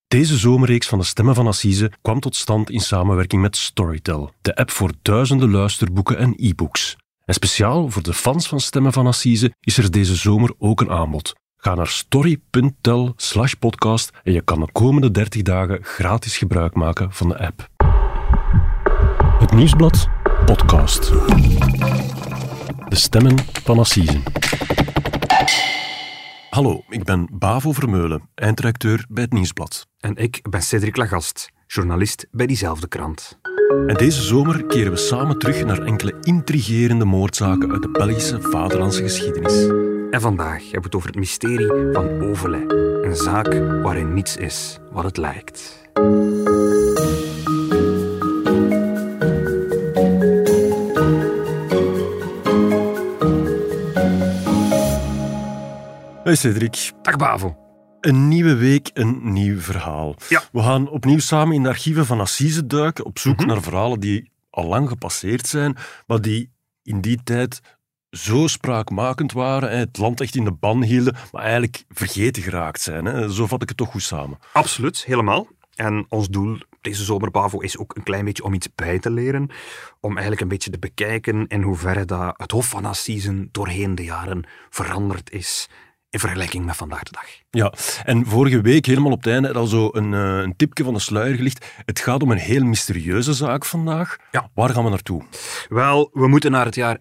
Deze zomerreeks van de Stemmen van Assise kwam tot stand in samenwerking met Storytel, de app voor duizenden luisterboeken en e-books. En speciaal voor de fans van Stemmen van Assise is er deze zomer ook een aanbod. Ga naar story.tel/podcast en je kan de komende 30 dagen gratis gebruik maken van de app. Het Nieuwsblad podcast. De Stemmen van Assise. Hallo, ik ben Bavo Vermeulen, eindredacteur bij het Nieuwsblad. En ik ben Cédric Lagast, journalist bij diezelfde krant. En deze zomer keren we samen terug naar enkele intrigerende moordzaken uit de Belgische vaderlandse geschiedenis. En vandaag hebben we het over het mysterie van Overlay. Een zaak waarin niets is wat het lijkt. Hey Cédric. Dag Bavo. Een nieuwe week, een nieuw verhaal. Ja. We gaan opnieuw samen in de archieven van Assise duiken, op zoek naar verhalen die al lang gepasseerd zijn, maar die in die tijd zo spraakmakend waren, het land echt in de ban hielden, maar eigenlijk vergeten geraakt zijn. Zo vat ik het toch goed samen. Absoluut, helemaal. En ons doel deze zomer, Bavo, is ook een klein beetje om iets bij te leren. Om eigenlijk een beetje te bekijken in hoeverre dat het Hof van Assise doorheen de jaren veranderd is in vergelijking met vandaag de dag. Ja, en vorige week, helemaal op het einde, al zo een tipje van de sluier gelicht. Het gaat om een heel mysterieuze zaak vandaag. Ja. Waar gaan we naartoe? Wel, we moeten naar het jaar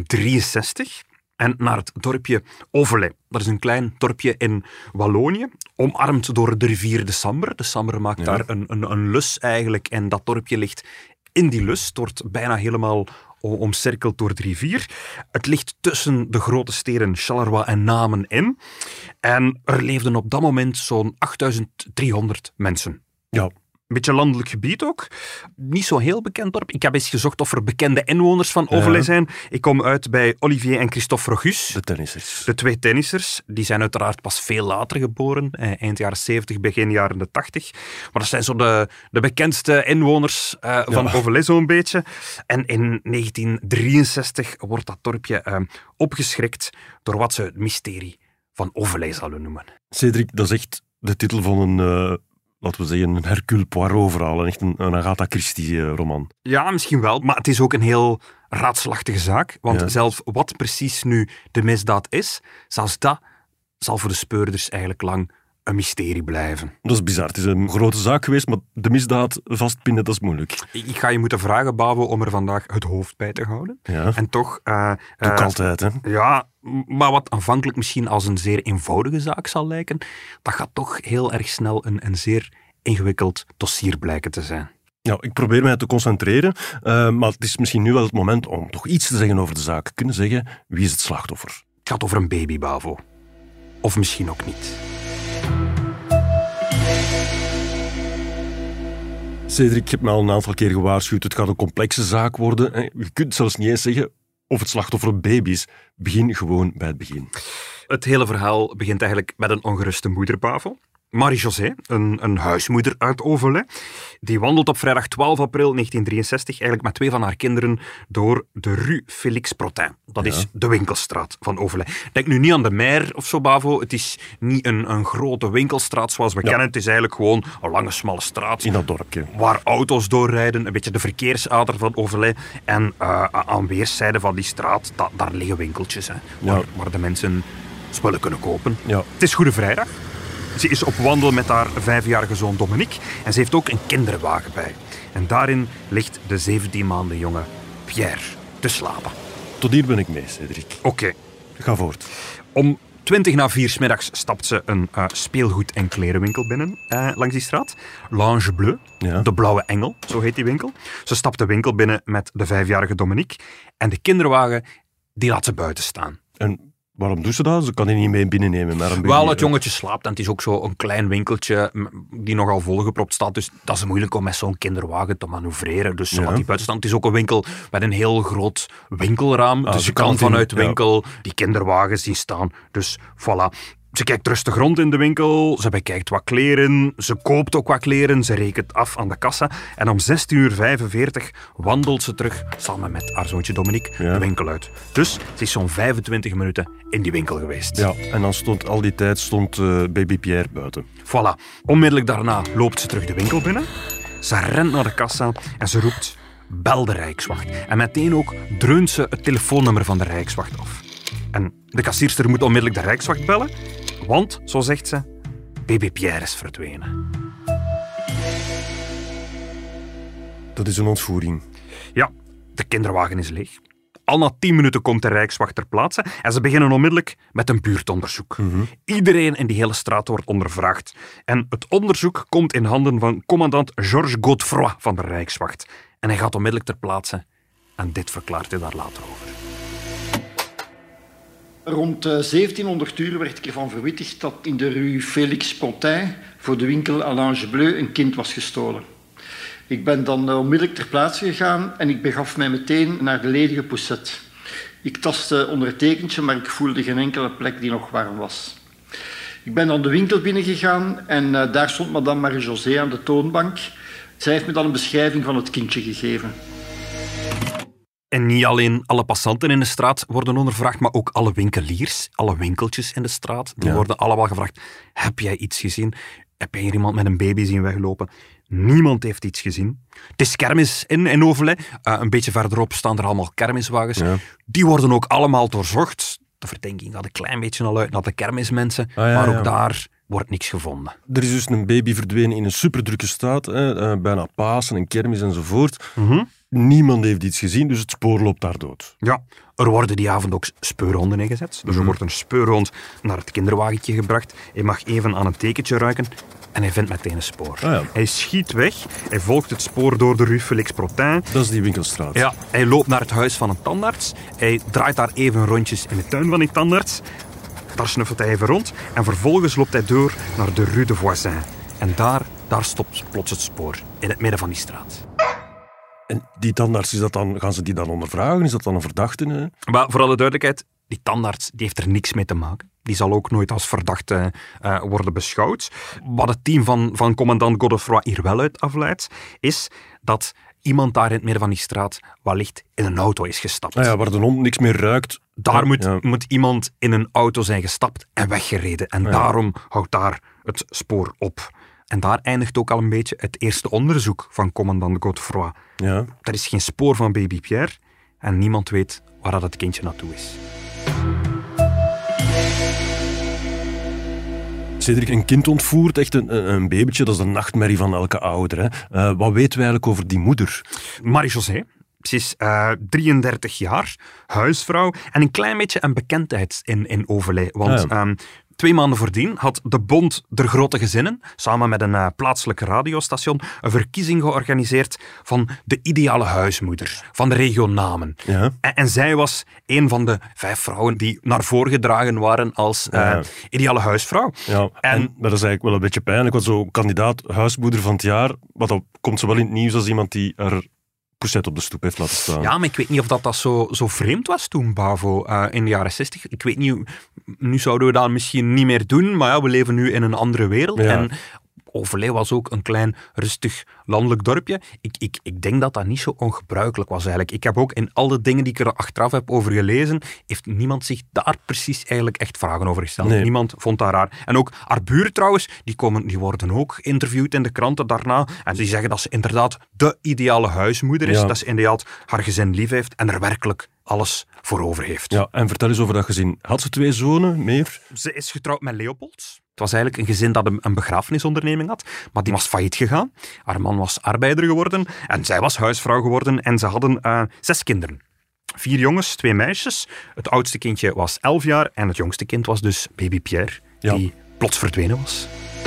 1963 en naar het dorpje Overlay. Dat is een klein dorpje in Wallonië, omarmd door de rivier de Sambre. De Sambre maakt daar een lus eigenlijk en dat dorpje ligt in die lus. Het wordt bijna helemaal omcirkeld door de rivier. Het ligt tussen de grote steden Charleroi en Namen in. En er leefden op dat moment zo'n 8300 mensen. Ja. Een beetje landelijk gebied ook. Niet zo heel bekend dorp. Ik heb eens gezocht of er bekende inwoners van Overlay zijn. Ik kom uit bij Olivier en Christophe Rogus. De tennissers. De twee tennissers. Die zijn uiteraard pas veel later geboren. Eind jaren 70, begin jaren de 80. Maar dat zijn zo de bekendste inwoners van Overlay zo'n beetje. En in 1963 wordt dat dorpje opgeschrikt door wat ze het mysterie van Overlay zullen noemen. Cédric, dat is echt de titel van een laten we zeggen, een Hercule Poirot-verhaal. Echt een Agatha Christie-roman. Ja, misschien wel. Maar het is ook een heel raadselachtige zaak. Want zelfs wat precies nu de misdaad is, zelfs dat zal voor de speurders eigenlijk lang een mysterie blijven. Dat is bizar. Het is een grote zaak geweest, maar de misdaad vastpinnen, dat is moeilijk. Ik ga je moeten vragen, Bavo, om er vandaag het hoofd bij te houden. Ja. En toch... Doe ik altijd, hè. Ja, maar wat aanvankelijk misschien als een zeer eenvoudige zaak zal lijken, dat gaat toch heel erg snel een zeer ingewikkeld dossier blijken te zijn. Ja, ik probeer mij te concentreren, maar het is misschien nu wel het moment om toch iets te zeggen over de zaak. Kunnen zeggen, wie is het slachtoffer? Het gaat over een baby, Bavo. Of misschien ook niet. Cédric, ik heb me al een aantal keer gewaarschuwd. Het gaat een complexe zaak worden. Je kunt zelfs niet eens zeggen of het slachtoffer een baby is. Begin gewoon bij het begin. Het hele verhaal begint eigenlijk met een ongeruste moeder, Bavo. Marie-José, een huismoeder uit Overlay, die wandelt op vrijdag 12 april 1963 eigenlijk met twee van haar kinderen door de Rue Félix Protin. Dat is de winkelstraat van Overlay. Denk nu niet aan de Meer of zo, Bavo. Het is niet een grote winkelstraat zoals we kennen. Het is eigenlijk gewoon een lange, smalle straat. In dat dorpje. Waar auto's doorrijden, een beetje de verkeersader van Overlay. En aan weerszijden van die straat, daar liggen winkeltjes. Hè, waar de mensen spullen kunnen kopen. Ja. Het is Goede Vrijdag. Ze is op wandel met haar 5-jarige zoon Dominique en ze heeft ook een kinderwagen bij. En daarin ligt de 17 maanden jonge Pierre te slapen. Tot hier ben ik mee, Cédric. Oké. Ga voort. Om 3:20 'middags stapt ze een speelgoed- en klerenwinkel binnen langs die straat. L'Ange Bleu, de blauwe engel, zo heet die winkel. Ze stapt de winkel binnen met de 5-jarige Dominique en de kinderwagen die laat ze buiten staan. En waarom doet ze dat? Ze kan die niet mee binnennemen. Maar Wel, het jongetje slaapt en het is ook zo een klein winkeltje die nogal volgepropt staat. Dus dat is moeilijk om met zo'n kinderwagen te manoeuvreren. Dus ze laat die buiten staan. Het is ook een winkel met een heel groot winkelraam. Dus je kan vanuit de winkel die kinderwagen zien staan. Dus voilà. Ze kijkt rustig rond in de winkel, ze bekijkt wat kleren, ze koopt ook wat kleren, ze rekent af aan de kassa en om 16:45 wandelt ze terug samen met haar zoontje Dominique de winkel uit. Dus ze is zo'n 25 minuten in die winkel geweest. Ja, en dan stond al die tijd baby Pierre buiten. Voilà. Onmiddellijk daarna loopt ze terug de winkel binnen, ze rent naar de kassa en ze roept: bel de Rijkswacht. En meteen ook dreunt ze het telefoonnummer van de Rijkswacht af. En de kassierster moet onmiddellijk de Rijkswacht bellen, want, zo zegt ze, baby Pierre is verdwenen. Dat is een ontvoering. Ja, de kinderwagen is leeg. Al na 10 minuten komt de Rijkswacht ter plaatse en ze beginnen onmiddellijk met een buurtonderzoek. Iedereen in die hele straat wordt ondervraagd. En het onderzoek komt in handen van commandant Georges Godefroy van de Rijkswacht. En hij gaat onmiddellijk ter plaatse en dit verklaart hij daar later over. Rond 1700 uur werd ik ervan verwittigd dat in de rue Félix Pontin voor de winkel Allange Bleu een kind was gestolen. Ik ben dan onmiddellijk ter plaatse gegaan en ik begaf mij meteen naar de ledige poussette. Ik tastte onder het dekentje, maar ik voelde geen enkele plek die nog warm was. Ik ben dan de winkel binnengegaan en daar stond madame Marie-José aan de toonbank. Zij heeft me dan een beschrijving van het kindje gegeven. En niet alleen alle passanten in de straat worden ondervraagd, maar ook alle winkeliers, alle winkeltjes in de straat, die worden allemaal gevraagd: heb jij iets gezien? Heb jij hier iemand met een baby zien weglopen? Niemand heeft iets gezien. Het is kermis in Overlay. Een beetje verderop staan er allemaal kermiswagens. Ja. Die worden ook allemaal doorzocht. De verdenking gaat een klein beetje al uit naar de kermismensen, maar ook daar wordt niks gevonden. Er is dus een baby verdwenen in een superdrukke staat, bijna Pasen en kermis enzovoort. Niemand heeft iets gezien, dus het spoor loopt daar dood. Ja, er worden die avond ook speurhonden ingezet. Dus er wordt een speurhond naar het kinderwagentje gebracht. Hij mag even aan een tekentje ruiken en hij vindt meteen een spoor. Hij schiet weg, hij volgt het spoor door de rue Félix Pontin. Dat is die winkelstraat. Ja, hij loopt naar het huis van een tandarts. Hij draait daar even rondjes in de tuin van die tandarts. Daar snuffelt hij even rond en vervolgens loopt hij door naar de rue de Voisin. En daar stopt plots het spoor, in het midden van die straat. En die tandarts, gaan ze die dan ondervragen? Is dat dan een verdachte? Maar voor alle duidelijkheid, die tandarts die heeft er niks mee te maken. Die zal ook nooit als verdachte worden beschouwd. Wat het team van commandant Godefroy hier wel uit afleidt, is dat iemand daar in het midden van die straat wellicht in een auto is gestapt. Waar de hond niks meer ruikt. Daar moet iemand in een auto zijn gestapt en weggereden. En daarom houdt daar het spoor op. En daar eindigt ook al een beetje het eerste onderzoek van commandant Godefroy. Ja. Er is geen spoor van baby Pierre en niemand weet waar dat het kindje naartoe is. Cedric, een kind ontvoert, echt een babytje, dat is de nachtmerrie van elke ouder. Hè? Wat weten we eigenlijk over die moeder? Marie-José. Ze is 33 jaar, huisvrouw en een klein beetje een bekendheid in Overlay. Want 2 maanden voordien had de Bond der Grote Gezinnen, samen met een plaatselijk radiostation, een verkiezing georganiseerd van de ideale huismoeder, van de regio Namen. Ja. En zij was een van de 5 vrouwen die naar voren gedragen waren als ideale huisvrouw. Ja, en dat is eigenlijk wel een beetje pijnlijk, want zo'n kandidaat huismoeder van het jaar, wat dan komt ze wel in het nieuws als iemand die er Pousset op de stoep heeft laten staan. Ja, maar ik weet niet of dat zo vreemd was toen, Bavo, in de jaren 60. Ik weet niet, nu zouden we dat misschien niet meer doen, maar ja, we leven nu in een andere wereld. Ja. En Overlay was ook een klein, rustig, landelijk dorpje. Ik denk dat dat niet zo ongebruikelijk was eigenlijk. Ik heb ook in al de dingen die ik er achteraf heb over gelezen, heeft niemand zich daar precies eigenlijk echt vragen over gesteld. Nee. Niemand vond dat raar. En ook haar buren trouwens, die worden ook geïnterviewd in de kranten daarna. En die zeggen dat ze inderdaad de ideale huismoeder is. Ja. Dat ze inderdaad haar gezin lief heeft en er werkelijk alles voor over heeft. Ja, en vertel eens over dat gezin. Had ze 2 zonen, meer? Ze is getrouwd met Leopold. Het was eigenlijk een gezin dat een begrafenisonderneming had, maar die was failliet gegaan. Haar man was arbeider geworden en zij was huisvrouw geworden en ze hadden 6 kinderen. 4 jongens, 2 meisjes. Het oudste kindje was 11 jaar en het jongste kind was dus baby Pierre, die plots verdwenen was.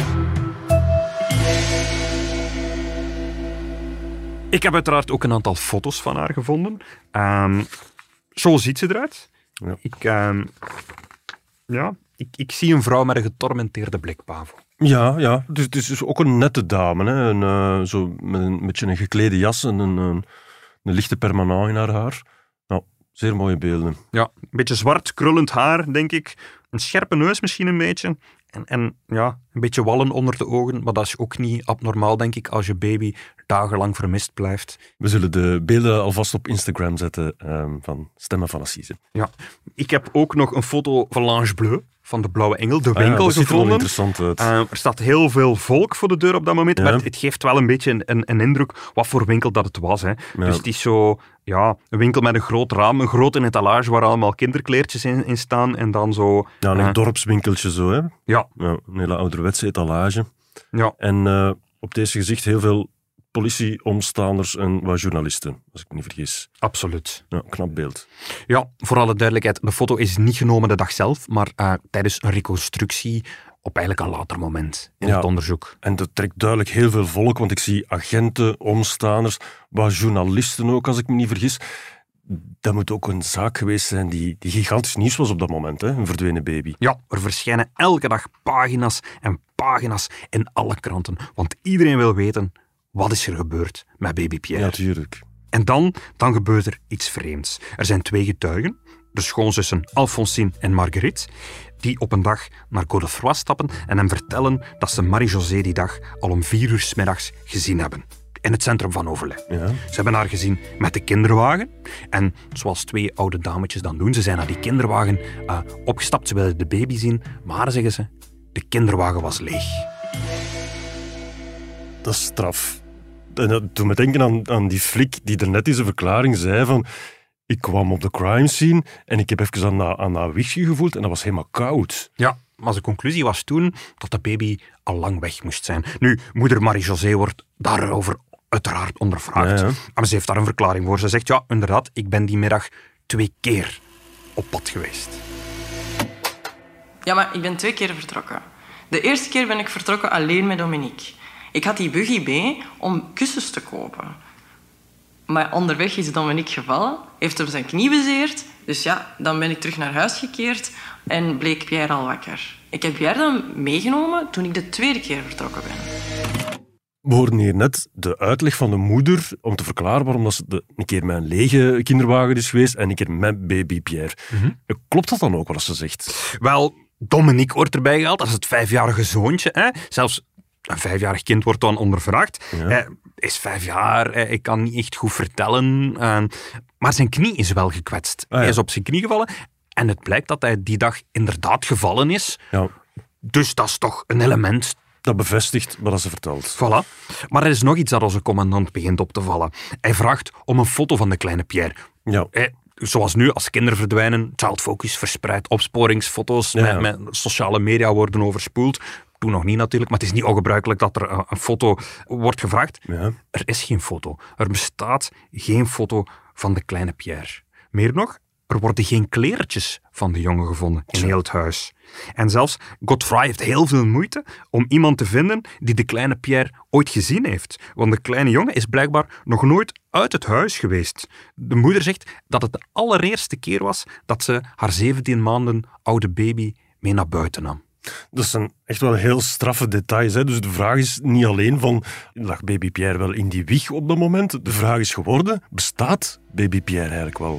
Ik heb uiteraard ook een aantal foto's van haar gevonden. Zo ziet ze eruit. Ja. Ik zie een vrouw met een getormenteerde blik, Pavo. Ja. Dus het is dus ook een nette dame. Hè? Zo met een beetje een geklede jas en een lichte permanent in haar haar. Nou, Zeer mooie beelden. Ja, een beetje zwart, krullend haar, denk ik. Een scherpe neus misschien een beetje. En ja, een beetje wallen onder de ogen. Maar dat is ook niet abnormaal, denk ik, als je baby dagenlang vermist blijft. We zullen de beelden alvast op Instagram zetten van Stemmen van Assise. Ja, ik heb ook nog een foto van l'Ange Bleu, van de Blauwe Engel, de winkel dat ziet er wel gevonden. interessant uit. Er staat heel veel volk voor de deur op dat moment, maar het geeft wel een beetje een indruk wat voor winkel dat het was. Hè. Ja. Dus het is zo, ja, een winkel met een groot raam, een grote etalage waar allemaal kinderkleertjes in staan en dan zo... Ja, een dorpswinkeltje zo, hè. Ja. Ja, een hele ouderwetse etalage. Ja. En op deze gezicht heel veel politieomstaanders en wat journalisten, als ik me niet vergis. Absoluut. Ja, knap beeld. Ja, voor alle duidelijkheid, de foto is niet genomen de dag zelf, maar tijdens een reconstructie op eigenlijk een later moment in het onderzoek. En dat trekt duidelijk heel veel volk, want ik zie agenten, omstaanders, wat journalisten ook, als ik me niet vergis. Dat moet ook een zaak geweest zijn die gigantisch nieuws was op dat moment, hè? Een verdwenen baby. Ja, er verschijnen elke dag pagina's en pagina's in alle kranten, want iedereen wil weten, wat is er gebeurd met baby Pierre? Ja, tuurlijk. En dan gebeurt er iets vreemds. Er zijn 2 getuigen, de schoonzussen Alphonsine en Marguerite, die op een dag naar Godefroy stappen en hem vertellen dat ze Marie-José die dag al om 4 uur 's middags gezien hebben. In het centrum van Overlay. Ja. Ze hebben haar gezien met de kinderwagen. En zoals 2 oude dametjes dan doen, ze zijn naar die kinderwagen opgestapt. Ze wilden de baby zien, maar, zeggen ze, de kinderwagen was leeg. Dat is straf. En dat doet me denken aan die flik die er net in zijn verklaring zei van... Ik kwam op de crime scene en ik heb even aan dat wiegje gevoeld en dat was helemaal koud. Ja, maar de conclusie was toen dat de baby al lang weg moest zijn. Nu, moeder Marie-José wordt daarover uiteraard ondervraagd. Ja. Maar ze heeft daar een verklaring voor. Ze zegt, ja, inderdaad, ik ben die middag 2 keer op pad geweest. Ja, maar ik ben 2 keer vertrokken. De eerste keer ben ik vertrokken alleen met Dominique. Ik had die buggy mee om kussens te kopen. Maar onderweg is Dominique gevallen, heeft hem zijn knie bezeerd. Dus ja, dan ben ik terug naar huis gekeerd en bleek Pierre al wakker. Ik heb Pierre dan meegenomen toen ik de 2e keer vertrokken ben. We hoorden hier net de uitleg van de moeder om te verklaren waarom dat ze een keer met een lege kinderwagen is geweest en een keer met baby Pierre. Klopt dat dan ook wat ze zegt? Wel, Dominique wordt erbij gehaald. Dat is het 5-jarige zoontje. Hè? Zelfs een 5-jarig kind wordt dan ondervraagd. Ja. Hij is 5 jaar, hij kan niet echt goed vertellen. Maar zijn knie is wel gekwetst. Ja. Hij is op zijn knie gevallen. En het blijkt dat hij die dag inderdaad gevallen is. Ja, Dus dat is toch een element. dat bevestigt wat ze vertelt. Voilà. Maar er is nog iets dat onze commandant begint op te vallen. Hij vraagt om een foto van de kleine Pierre. Ja. Zoals nu, als kinderen verdwijnen, Child Focus verspreidt opsporingsfoto's, met sociale media worden overspoeld. Toen nog niet natuurlijk, maar het is niet ongebruikelijk dat er een foto wordt gevraagd. Ja. Er is geen foto. Er bestaat geen foto van de kleine Pierre. Meer nog, er worden geen kleertjes van de jongen gevonden in heel het huis. En zelfs Godefroy heeft heel veel moeite om iemand te vinden die de kleine Pierre ooit gezien heeft. Want de kleine jongen is blijkbaar nog nooit uit het huis geweest. De moeder zegt dat het de allereerste keer was dat ze haar 17 maanden oude baby mee naar buiten nam. Dat zijn echt wel heel straffe details. Hè? Dus de vraag is niet alleen van, lag baby Pierre wel in die wieg op dat moment? De vraag is geworden, bestaat baby Pierre eigenlijk wel?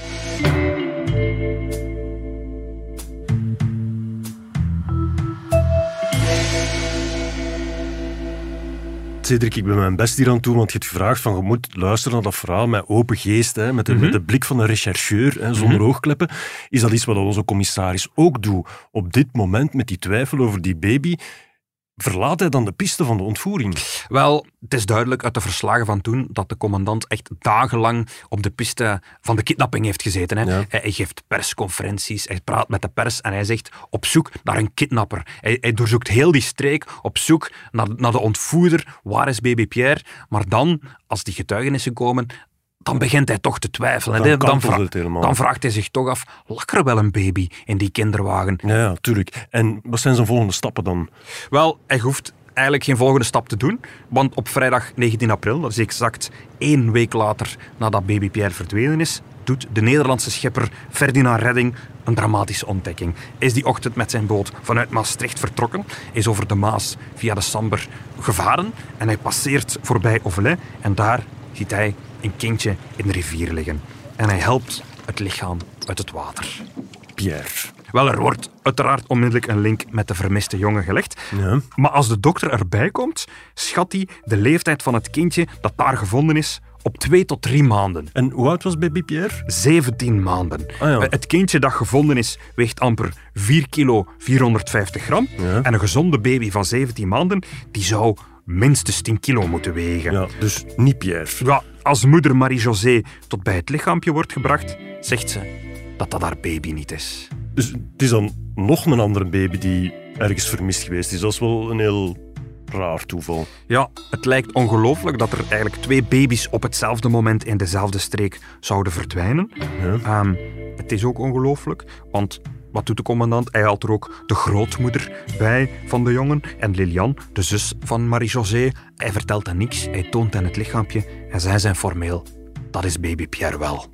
Cedric, ik ben mijn best hier aan toe, want je hebt gevraagd van je moet luisteren naar dat verhaal met open geest, hè, met de blik van een rechercheur, hè, zonder oogkleppen. Is dat iets wat onze commissaris ook doet op dit moment met die twijfel over die baby? Verlaat hij dan de piste van de ontvoering? Wel, het is duidelijk uit de verslagen van toen dat de commandant echt dagenlang op de piste van de kidnapping heeft gezeten. Hè. Ja. Hij geeft persconferenties, hij praat met de pers en hij zegt op zoek naar een kidnapper. Hij doorzoekt heel die streek op zoek naar de ontvoerder. Waar is baby Pierre? Maar dan, als die getuigenissen komen, dan begint hij toch te twijfelen. Dan vraagt hij zich toch af, lag er wel een baby in die kinderwagen? Ja, tuurlijk. En wat zijn zijn volgende stappen dan? Wel, hij hoeft eigenlijk geen volgende stap te doen, want op vrijdag 19 april, dat is exact 1 week later nadat baby Pierre verdwenen is, doet de Nederlandse schipper Ferdinand Redding een dramatische ontdekking. Hij is die ochtend met zijn boot vanuit Maastricht vertrokken, is over de Maas via de Samber gevaren en hij passeert voorbij Overlay en daar ziet hij een kindje in de rivier liggen. En hij helpt het lichaam uit het water. Pierre. Wel, er wordt uiteraard onmiddellijk een link met de vermiste jongen gelegd. Ja. Maar als de dokter erbij komt, schat hij de leeftijd van het kindje dat daar gevonden is op 2 tot 3 maanden. En hoe oud was baby Pierre? 17 maanden. Ah, ja. Het kindje dat gevonden is, weegt amper 4 kilo 450 gram. Ja. En een gezonde baby van 17 maanden, die zou minstens 10 kilo moeten wegen. Ja, dus niet Pierre. Ja, als moeder Marie-José tot bij het lichaampje wordt gebracht, zegt ze dat dat haar baby niet is. Dus het is dan nog een andere baby die ergens vermist geweest is. Dat is wel een heel raar toeval. Ja, het lijkt ongelooflijk dat er eigenlijk 2 baby's op hetzelfde moment in dezelfde streek zouden verdwijnen. Ja. Het is ook ongelooflijk, want wat doet de commandant? Hij haalt er ook de grootmoeder bij van de jongen en Lilian, de zus van Marie-José. Hij vertelt hen niks, hij toont hen het lichaampje en zij zijn formeel. Dat is baby Pierre wel.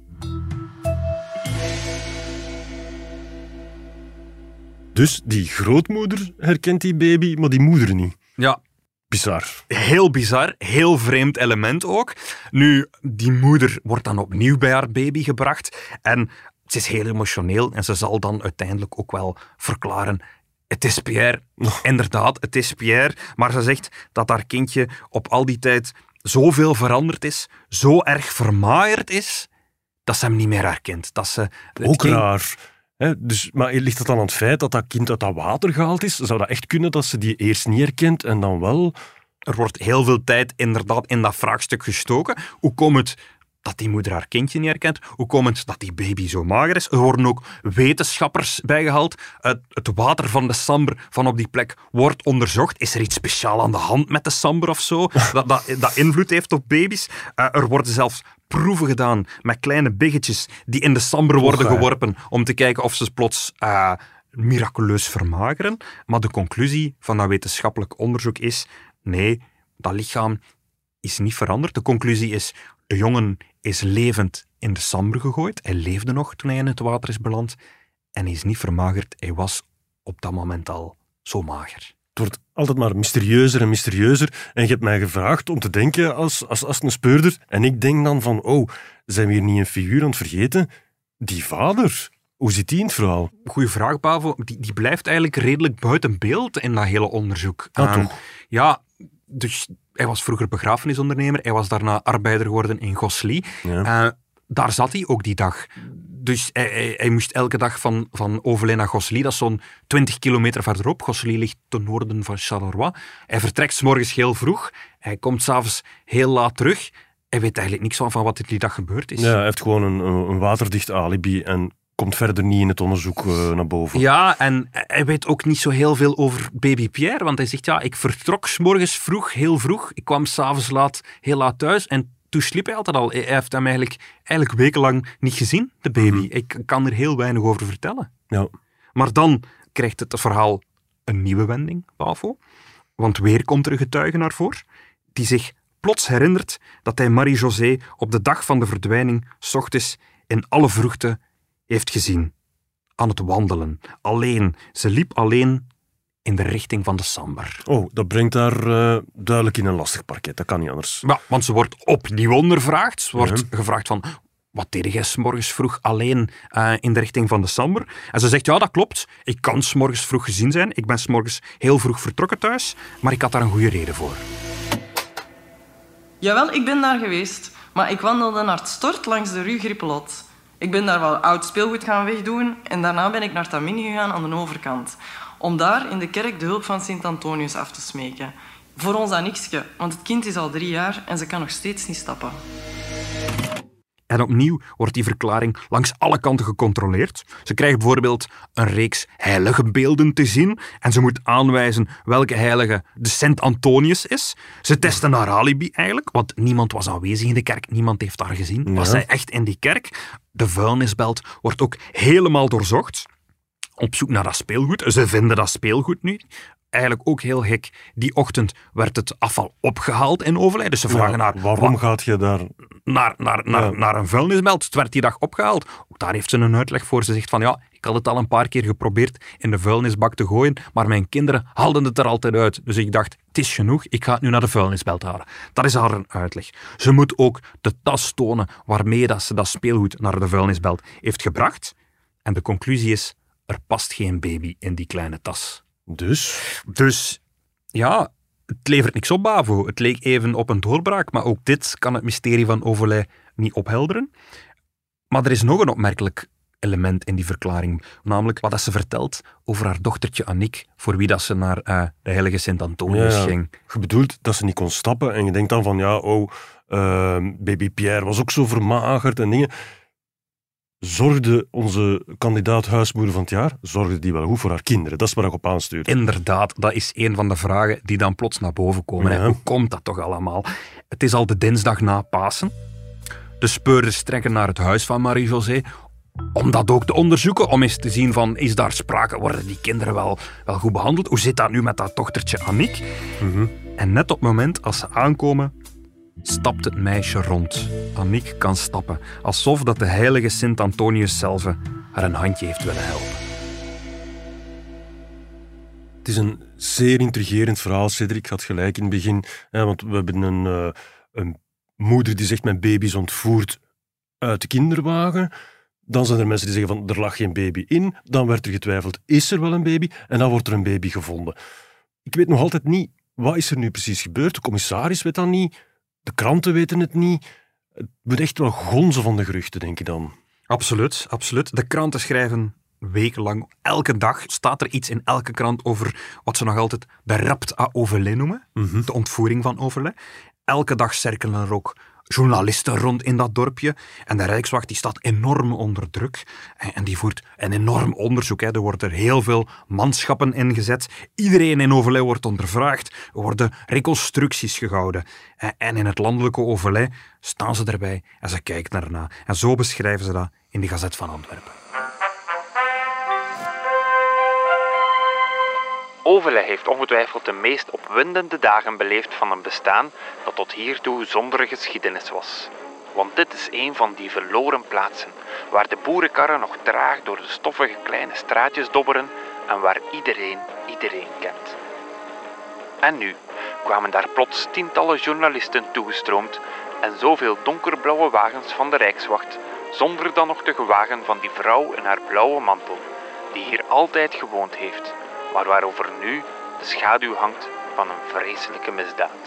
Dus die grootmoeder herkent die baby, maar die moeder niet. Ja, Bizar. heel bizar, heel vreemd element ook. Nu, die moeder wordt dan opnieuw bij haar baby gebracht en ze is heel emotioneel en ze zal dan uiteindelijk ook wel verklaren: het is Pierre. Inderdaad, het is Pierre. Maar ze zegt dat haar kindje op al die tijd zoveel veranderd is, zo erg vermaaierd is, dat ze hem niet meer herkent. Dat ze Ook raar. Dus, maar ligt het dan aan het feit dat dat kind uit dat water gehaald is? Zou dat echt kunnen dat ze die eerst niet herkent en dan wel? Er wordt heel veel tijd inderdaad in dat vraagstuk gestoken. Hoe komt het dat die moeder haar kindje niet herkent? Hoe komt het dat die baby zo mager is? Er worden ook wetenschappers bijgehaald. Het water van de Sambre van op die plek wordt onderzocht. Is er iets speciaal aan de hand met de Sambre of zo? Dat invloed heeft op baby's. Er worden zelfs proeven gedaan met kleine biggetjes die in de Sambre worden geworpen om te kijken of ze plots miraculeus vermageren. Maar de conclusie van dat wetenschappelijk onderzoek is: nee, dat lichaam is niet veranderd. De conclusie is: de jongen is levend in de Sambre gegooid. Hij leefde nog toen hij in het water is beland. En hij is niet vermagerd. Hij was op dat moment al zo mager. Het wordt altijd maar mysterieuzer en mysterieuzer. En je hebt mij gevraagd om te denken als een speurder. En ik denk dan van, oh, zijn we hier niet een figuur aan het vergeten? Die vader, hoe zit die in het verhaal? Goeie vraag, Bavo. Die blijft eigenlijk redelijk buiten beeld in dat hele onderzoek. Toch? Ja, dus hij was vroeger begrafenisondernemer. Hij was daarna arbeider geworden in Gosselies. Ja. Daar zat hij ook die dag. Dus hij moest elke dag van Overlay naar Gosselies. Dat is zo'n 20 kilometer verderop. Gosselies ligt ten noorden van Charleroi. Hij vertrekt 's morgens heel vroeg. Hij komt 's avonds heel laat terug. Hij weet eigenlijk niks van wat die dag gebeurd is. Ja, hij heeft gewoon een waterdicht alibi en komt verder niet in het onderzoek naar boven. Ja, en hij weet ook niet zo heel veel over baby Pierre, want hij zegt, ja, ik vertrok 's morgens vroeg, heel vroeg. Ik kwam 's avonds laat, heel laat thuis en toen sliep hij altijd al. Hij heeft hem eigenlijk wekenlang niet gezien, de baby. Ik kan er heel weinig over vertellen. Ja. Maar dan krijgt het verhaal een nieuwe wending, Bavo. Want weer komt er een getuige naar voren die zich plots herinnert dat hij Marie-José op de dag van de verdwijning 's ochtends in alle vroegte heeft gezien. Aan het wandelen. Alleen. Ze liep alleen in de richting van de Sambre. Oh, dat brengt haar duidelijk in een lastig parket. Dat kan niet anders. Ja, want ze wordt opnieuw ondervraagd. Ze wordt gevraagd van: wat deed jij 's morgens vroeg alleen in de richting van de Sambre? En ze zegt: ja, dat klopt. Ik kan 's morgens vroeg gezien zijn. Ik ben 's morgens heel vroeg vertrokken thuis. Maar ik had daar een goede reden voor. Jawel, ik ben daar geweest. Maar ik wandelde naar het stort langs de Rue Grippelot. Ik ben daar wel oud speelgoed gaan wegdoen en daarna ben ik naar Tamini gegaan aan de overkant. Om daar in de kerk de hulp van Sint-Antonius af te smeken. Voor ons aan niksje, want het kind is al 3 jaar en ze kan nog steeds niet stappen. En opnieuw wordt die verklaring langs alle kanten gecontroleerd. Ze krijgt bijvoorbeeld een reeks heilige beelden te zien en ze moet aanwijzen welke heilige de Sint-Antonius is. Ze testen haar alibi eigenlijk, want niemand was aanwezig in de kerk, niemand heeft haar gezien. Was zij echt in die kerk? De vuilnisbelt wordt ook helemaal doorzocht. op zoek naar dat speelgoed. Ze vinden dat speelgoed nu. Eigenlijk ook heel gek. Die ochtend werd het afval opgehaald in Overlij. Dus ze vragen waarom gaat je daar... Naar een vuilnisbelt. Het werd die dag opgehaald. Ook daar heeft ze een uitleg voor. Ze zegt van ik had het al een paar keer geprobeerd in de vuilnisbak te gooien, maar mijn kinderen haalden het er altijd uit. Dus ik dacht, het is genoeg, ik ga het nu naar de vuilnisbelt halen. Dat is haar een uitleg. Ze moet ook de tas tonen waarmee dat ze dat speelgoed naar de vuilnisbelt heeft gebracht. En de conclusie is, er past geen baby in die kleine tas. Dus ja, het levert niks op, Bavo. Het leek even op een doorbraak, maar ook dit kan het mysterie van Overlij niet ophelderen. Maar er is nog een opmerkelijk element in die verklaring, namelijk wat dat ze vertelt over haar dochtertje Annick, voor wie dat ze naar de heilige Sint-Antonius ging. Je bedoelt dat ze niet kon stappen en je denkt dan van baby Pierre was ook zo vermagerd en dingen. Zorgde onze kandidaat huismoeder van het jaar, zorgde die wel goed voor haar kinderen? Dat is waar ik op aanstuur. Inderdaad, dat is een van de vragen die dan plots naar boven komen. Ja. Hoe komt dat toch allemaal? Het is al de dinsdag na Pasen. De speurders trekken naar het huis van Marie-José om dat ook te onderzoeken, om eens te zien van, is daar sprake, worden die kinderen wel goed behandeld? Hoe zit dat nu met dat dochtertje Annick? En net op het moment als ze aankomen, stapt het meisje rond. Annick kan stappen, alsof dat de heilige Sint-Antonius zelf haar een handje heeft willen helpen. Het is een zeer intrigerend verhaal, Cedric. Ik had gelijk in het begin, want we hebben een moeder die zegt, mijn baby is ontvoerd uit de kinderwagen. Dan zijn er mensen die zeggen van, er lag geen baby in. Dan werd er getwijfeld, is er wel een baby? En dan wordt er een baby gevonden. Ik weet nog altijd niet, wat is er nu precies gebeurd? De commissaris weet dat niet. De kranten weten het niet. Het moet echt wel gonzen van de geruchten, denk ik dan. Absoluut, absoluut. De kranten schrijven wekenlang. Elke dag staat er iets in elke krant over wat ze nog altijd de rapt à Overlij noemen. De ontvoering van Overlij. Elke dag cirkelen er ook journalisten rond in dat dorpje. En de Rijkswacht die staat enorm onder druk. En die voert een enorm onderzoek. Er worden heel veel manschappen ingezet. Iedereen in Overlij wordt ondervraagd. Er worden reconstructies gehouden. En in het landelijke Overlij staan ze erbij en ze kijken ernaar. En zo beschrijven ze dat in de Gazet van Antwerpen. Overlij heeft ongetwijfeld de meest opwindende dagen beleefd van een bestaan dat tot hiertoe zonder geschiedenis was. Want dit is een van die verloren plaatsen, waar de boerenkarren nog traag door de stoffige kleine straatjes dobberen en waar iedereen kent. En nu kwamen daar plots tientallen journalisten toegestroomd en zoveel donkerblauwe wagens van de Rijkswacht, zonder dan nog te gewagen van die vrouw in haar blauwe mantel, die hier altijd gewoond heeft, maar waarover nu de schaduw hangt van een vreselijke misdaad.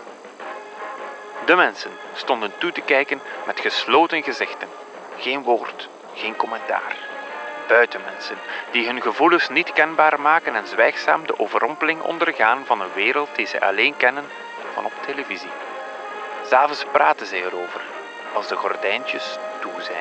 De mensen stonden toe te kijken met gesloten gezichten. Geen woord, geen commentaar. Buitenmensen die hun gevoelens niet kenbaar maken en zwijgzaam de overrompeling ondergaan van een wereld die ze alleen kennen van op televisie. 'S Avonds praten zij erover, als de gordijntjes toe zijn.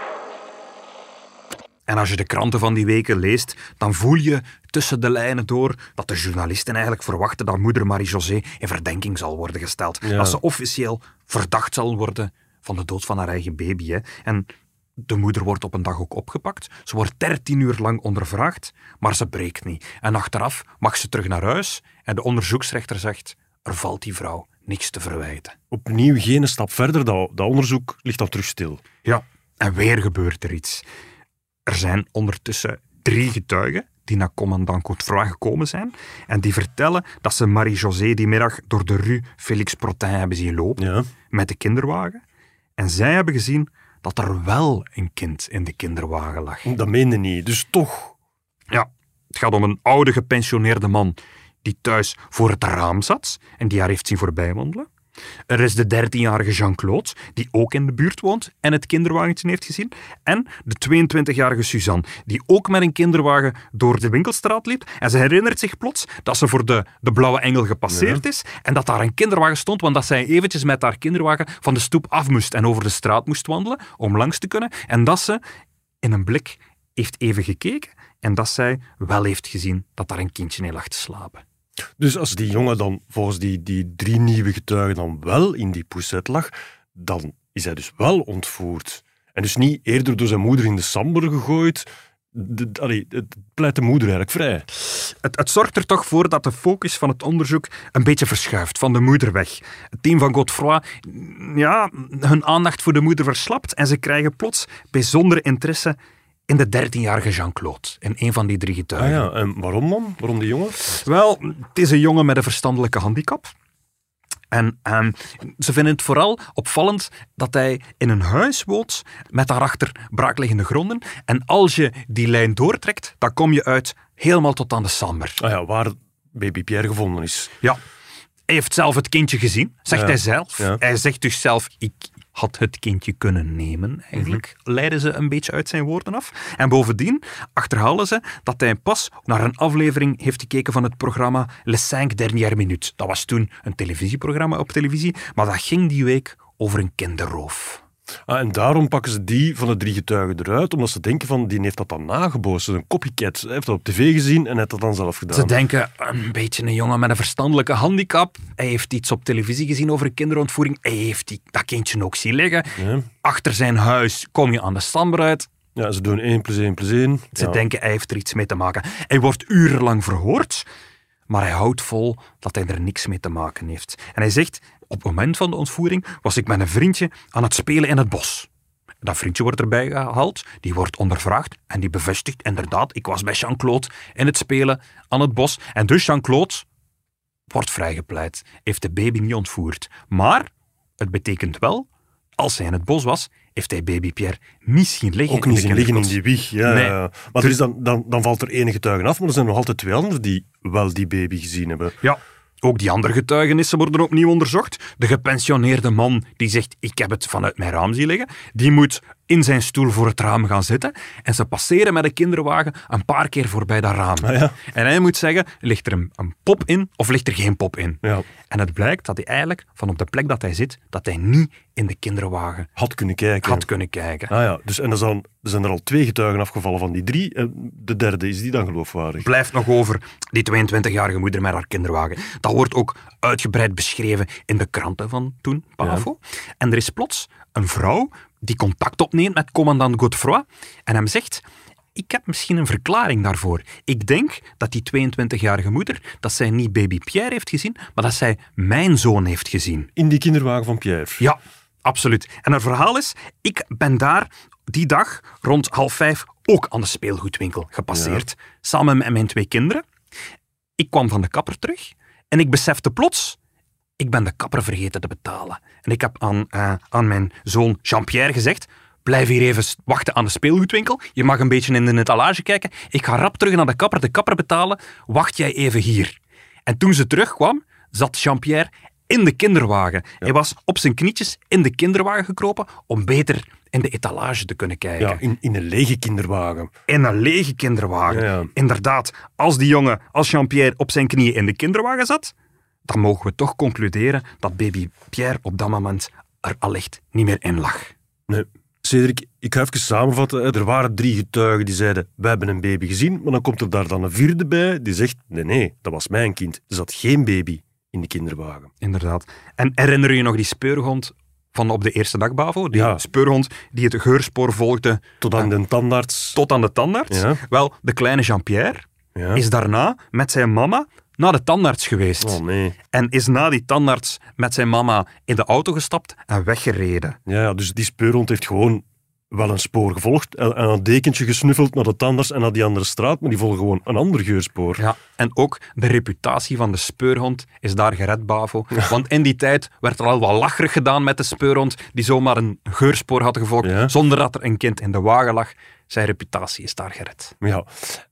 En als je de kranten van die weken leest, dan voel je tussen de lijnen door dat de journalisten eigenlijk verwachten dat moeder Marie-José in verdenking zal worden gesteld. Ja. Dat ze officieel verdacht zal worden van de dood van haar eigen baby. Hè. En de moeder wordt op een dag ook opgepakt. Ze wordt 13 uur lang ondervraagd, maar ze breekt niet. En achteraf mag ze terug naar huis en de onderzoeksrechter zegt, er valt die vrouw niks te verwijten. Opnieuw geen stap verder, dat onderzoek ligt al terug stil. Ja, en weer gebeurt er iets. Er zijn ondertussen 3 getuigen die naar commandant Godefroy gekomen zijn en die vertellen dat ze Marie-José die middag door de rue Félix Protin hebben zien lopen met de kinderwagen. En zij hebben gezien dat er wel een kind in de kinderwagen lag. Dat meende niet, dus toch. Ja, het gaat om een oude gepensioneerde man die thuis voor het raam zat en die haar heeft zien voorbijwandelen. Er is de 13-jarige Jean-Claude, die ook in de buurt woont en het kinderwagentje heeft gezien. En de 22-jarige Suzanne, die ook met een kinderwagen door de winkelstraat liep. En ze herinnert zich plots dat ze voor de Blauwe Engel gepasseerd is en dat daar een kinderwagen stond, want dat zij eventjes met haar kinderwagen van de stoep af moest en over de straat moest wandelen om langs te kunnen. En dat ze in een blik heeft even gekeken en dat zij wel heeft gezien dat daar een kindje in lag te slapen. Dus als die jongen dan volgens die 3 nieuwe getuigen dan wel in die poussette lag, dan is hij dus wel ontvoerd. En dus niet eerder door zijn moeder in de samber gegooid, Het pleit de moeder eigenlijk vrij. Het zorgt er toch voor dat de focus van het onderzoek een beetje verschuift, van de moeder weg. Het team van Godefroy, hun aandacht voor de moeder verslapt en ze krijgen plots bijzondere interesse in de 13-jarige Jean-Claude, in een van die 3 getuigen. Ah ja, en waarom dan? Waarom die jongen? Wel, het is een jongen met een verstandelijke handicap. En ze vinden het vooral opvallend dat hij in een huis woont met daarachter braakliggende gronden. En als je die lijn doortrekt, dan kom je uit helemaal tot aan de Sambre. Ah ja, waar baby Pierre gevonden is. Ja, hij heeft zelf het kindje gezien, zegt hij zelf. Ja. Hij zegt dus zelf, ik had het kindje kunnen nemen, eigenlijk. Leiden ze een beetje uit zijn woorden af. En bovendien achterhalen ze dat hij pas naar een aflevering heeft gekeken van het programma Les 5 dernières minutes. Dat was toen een televisieprogramma op televisie, maar dat ging die week over een kinderroof. En daarom pakken ze die van de 3 getuigen eruit, omdat ze denken van, die heeft dat dan nagebootst. Een copycat. Hij heeft dat op tv gezien en heeft dat dan zelf gedaan. Ze denken, een beetje een jongen met een verstandelijke handicap. Hij heeft iets op televisie gezien over een kinderontvoering. Hij heeft dat kindje ook zien liggen. Ja. Achter zijn huis kom je aan de Sambre uit. Ja, ze doen 1 + 1 + 1. Ze denken, hij heeft er iets mee te maken. Hij wordt urenlang verhoord, maar hij houdt vol dat hij er niks mee te maken heeft. En hij zegt, op het moment van de ontvoering was ik met een vriendje aan het spelen in het bos. Dat vriendje wordt erbij gehaald, die wordt ondervraagd en die bevestigt, inderdaad, ik was bij Jean-Claude in het spelen aan het bos. En dus Jean-Claude wordt vrijgepleit, heeft de baby niet ontvoerd. Maar het betekent wel, als hij in het bos was, heeft hij baby Pierre niet zien liggen. Ook niet zien liggen in die wieg. Ja. Nee. Maar er is dan valt er 1 getuige af, maar er zijn nog altijd 2 anderen die wel die baby gezien hebben. Ja, ook die andere getuigenissen worden opnieuw onderzocht. De gepensioneerde man die zegt, ik heb het vanuit mijn raam zien liggen, die moet in zijn stoel voor het raam gaan zitten en ze passeren met de kinderwagen een paar keer voorbij dat raam. Ah, ja. En hij moet zeggen, ligt er een pop in of ligt er geen pop in? Ja. En het blijkt dat hij eigenlijk, van op de plek dat hij zit, dat hij niet in de kinderwagen Had kunnen kijken. Ah, ja. Dus, en er zijn er al 2 getuigen afgevallen van die 3. En de derde, is die dan geloofwaardig? Blijft nog over die 22-jarige moeder met haar kinderwagen. Dat wordt ook uitgebreid beschreven in de kranten van toen, Pavo. Ja. En er is plots een vrouw die contact opneemt met commandant Godefroy en hem zegt, ik heb misschien een verklaring daarvoor. Ik denk dat die 22-jarige moeder, dat zij niet baby Pierre heeft gezien, maar dat zij mijn zoon heeft gezien. In die kinderwagen van Pierre? Ja, absoluut. En het verhaal is, ik ben daar die dag rond 4:30 ook aan de speelgoedwinkel gepasseerd. Ja. Samen met mijn 2 kinderen. Ik kwam van de kapper terug en ik besefte plots, ik ben de kapper vergeten te betalen. En ik heb aan mijn zoon Jean-Pierre gezegd, blijf hier even wachten aan de speelgoedwinkel. Je mag een beetje in de etalage kijken. Ik ga rap terug naar de kapper betalen. Wacht jij even hier. En toen ze terugkwam, zat Jean-Pierre in de kinderwagen. Ja. Hij was op zijn knietjes in de kinderwagen gekropen om beter in de etalage te kunnen kijken. Ja, in een lege kinderwagen. In een lege kinderwagen. Ja. Inderdaad, als Jean-Pierre op zijn knieën in de kinderwagen zat, dan mogen we toch concluderen dat baby Pierre op dat moment er allicht niet meer in lag. Nee. Cedric, ik ga even samenvatten. Er waren 3 getuigen die zeiden, wij hebben een baby gezien, maar dan komt er daar dan een 4e bij die zegt, nee, dat was mijn kind. Er zat geen baby in de kinderwagen. Inderdaad. En herinner je je nog die speurhond van op de eerste dag, Bavo? Die speurhond die het geurspoor volgde. Tot aan de tandarts. Tot aan de tandarts. Ja. Wel, de kleine Jean-Pierre is daarna met zijn mama naar de tandarts geweest. Oh nee. En is na die tandarts met zijn mama in de auto gestapt en weggereden. Ja, dus die speurhond heeft gewoon wel een spoor gevolgd en een dekentje gesnuffeld naar de tandarts en naar die andere straat, maar die volgen gewoon een ander geurspoor. Ja, en ook de reputatie van de speurhond is daar gered, Bavo. Ja. Want in die tijd werd er al wat lacherig gedaan met de speurhond die zomaar een geurspoor had gevolgd, zonder dat er een kind in de wagen lag. Zijn reputatie is daar gered. Ja.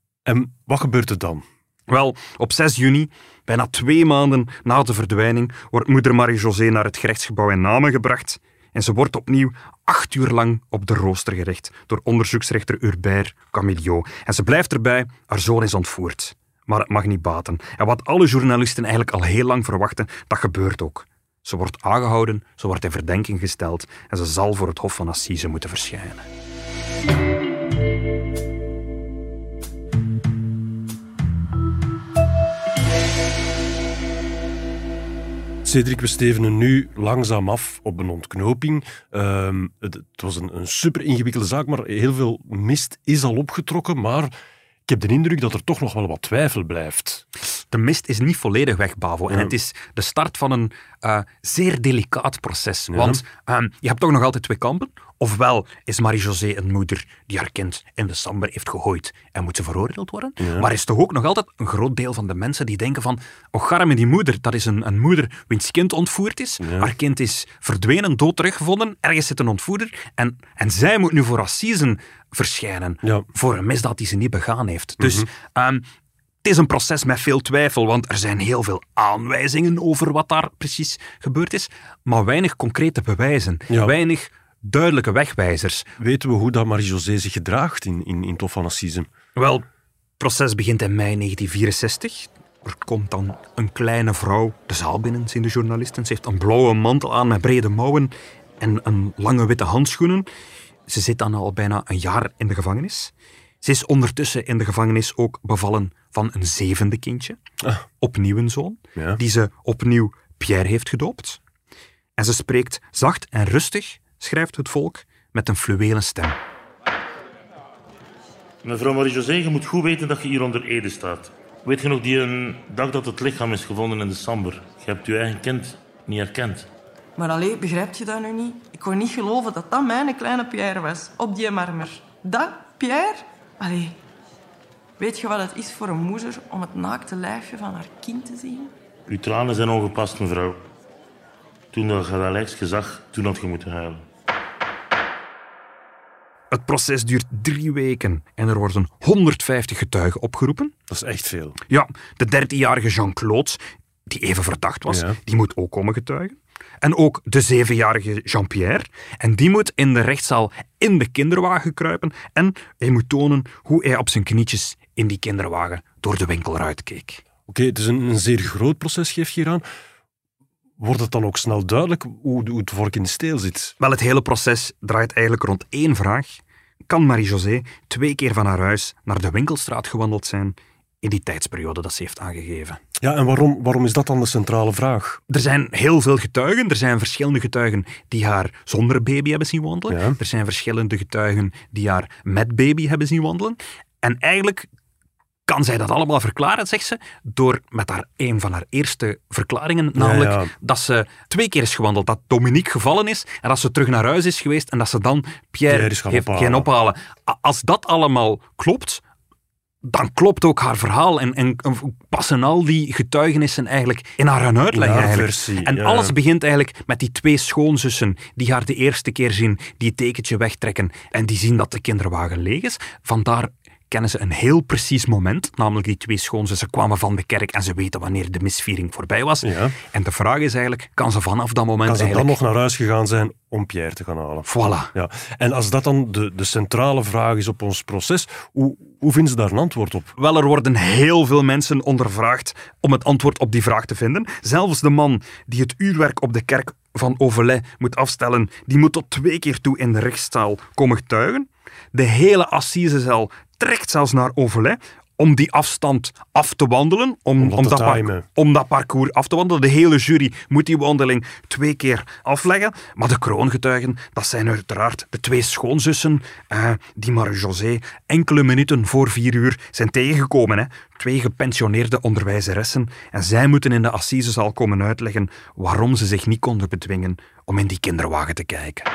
En wat gebeurt er dan? Wel, op 6 juni, bijna 2 maanden na de verdwijning, wordt moeder Marie-José naar het gerechtsgebouw in Namen gebracht en ze wordt opnieuw 8 uur lang op de rooster gerecht door onderzoeksrechter Hubert Camilliot. En ze blijft erbij, haar zoon is ontvoerd. Maar het mag niet baten. En wat alle journalisten eigenlijk al heel lang verwachten, dat gebeurt ook. Ze wordt aangehouden, ze wordt in verdenking gesteld en ze zal voor het Hof van Assise moeten verschijnen. Cedric, we stevenen nu langzaam af op een ontknoping. Het was een super ingewikkelde zaak, maar heel veel mist is al opgetrokken. Maar ik heb de indruk dat er toch nog wel wat twijfel blijft. De mist is niet volledig weg, Bavo. En het is de start van een zeer delicaat proces. Ja. Want je hebt toch nog altijd twee kampen. Ofwel is Marie-José een moeder die haar kind in de Samber heeft gegooid en moet ze veroordeeld worden. Ja. Maar is toch ook nog altijd een groot deel van de mensen die denken van och, arme die moeder, dat is een moeder wiens kind ontvoerd is. Ja. Haar kind is verdwenen, dood teruggevonden. Ergens zit een ontvoerder. En zij moet nu voor assisen verschijnen. Ja. Voor een misdaad die ze niet begaan heeft. Dus het is een proces met veel twijfel, want er zijn heel veel aanwijzingen over wat daar precies gebeurd is, maar weinig concrete bewijzen. Ja. Weinig duidelijke wegwijzers. Weten we hoe dat Marie-José zich gedraagt in het Hof van Assise? Wel, het proces begint in mei 1964. Er komt dan een kleine vrouw de zaal binnen, zien de journalisten. Ze heeft een blauwe mantel aan met brede mouwen en een lange witte handschoenen. Ze zit dan al bijna een jaar in de gevangenis. Ze is ondertussen in de gevangenis ook bevallen van een 7e kindje. Opnieuw een zoon, die ze opnieuw Pierre heeft gedoopt. En ze spreekt zacht en rustig, schrijft het volk, met een fluwelen stem. Mevrouw Marie-José, je moet goed weten dat je hier onder ede staat. Weet je nog die een dag dat het lichaam is gevonden in de Samber? Je hebt je eigen kind niet herkend. Maar allee, begrijpt je dat nu niet? Ik kon niet geloven dat dat mijn kleine Pierre was, op die marmer. Dat, Pierre? Allee, weet je wat het is voor een moeder om het naakte lijfje van haar kind te zien? Uw tranen zijn ongepast, mevrouw. Toen je dat lijkje zag, toen had je moeten huilen. Het proces duurt 3 weken en er worden 150 getuigen opgeroepen. Dat is echt veel. Ja, de 13-jarige Jean-Claude, die even verdacht was, die moet ook komen getuigen. En ook de 7-jarige Jean-Pierre. En die moet in de rechtszaal in de kinderwagen kruipen. En hij moet tonen hoe hij op zijn knietjes in die kinderwagen door de winkelruit keek. Oké, het is een zeer groot proces, geef je hier aan. Wordt het dan ook snel duidelijk hoe het vork in de steel zit? Wel, het hele proces draait eigenlijk rond 1 vraag. Kan Marie-José 2 keer van haar huis naar de Winkelstraat gewandeld zijn in die tijdsperiode dat ze heeft aangegeven? Ja, en waarom is dat dan de centrale vraag? Er zijn heel veel getuigen. Er zijn verschillende getuigen die haar zonder baby hebben zien wandelen. Ja. Er zijn verschillende getuigen die haar met baby hebben zien wandelen. En eigenlijk kan zij dat allemaal verklaren, zegt ze, door met een van haar eerste verklaringen, namelijk dat ze 2 keer is gewandeld, dat Dominique gevallen is en dat ze terug naar huis is geweest en dat ze dan Pierre heeft gaan ophalen. Als dat allemaal klopt, dan klopt ook haar verhaal en passen al die getuigenissen eigenlijk in haar uitleg eigenlijk. Versie, en alles begint eigenlijk met die 2 schoonzussen die haar de eerste keer zien, die het tekentje wegtrekken en die zien dat de kinderwagen leeg is. Vandaar kennen ze een heel precies moment, namelijk die 2 schoonzussen kwamen van de kerk en ze weten wanneer de misviering voorbij was. Ja. En de vraag is eigenlijk, kan ze vanaf dat moment dan nog naar huis gegaan zijn om Pierre te gaan halen? Voilà. Ja. En als dat dan de centrale vraag is op ons proces, hoe vinden ze daar een antwoord op? Wel, er worden heel veel mensen ondervraagd om het antwoord op die vraag te vinden. Zelfs de man die het uurwerk op de kerk van Auvelais moet afstellen, die moet tot 2 keer toe in de rechtszaal komen getuigen. De hele assisezaal trekt zelfs naar Auvelais om die afstand af te wandelen, om dat parcours af te wandelen. De hele jury moet die wandeling 2 keer afleggen. Maar de kroongetuigen, dat zijn uiteraard de 2 schoonzussen die Marie-José enkele minuten voor 4 uur zijn tegengekomen. Hè. 2 gepensioneerde onderwijzeressen. En zij moeten in de assisezaal komen uitleggen waarom ze zich niet konden bedwingen om in die kinderwagen te kijken.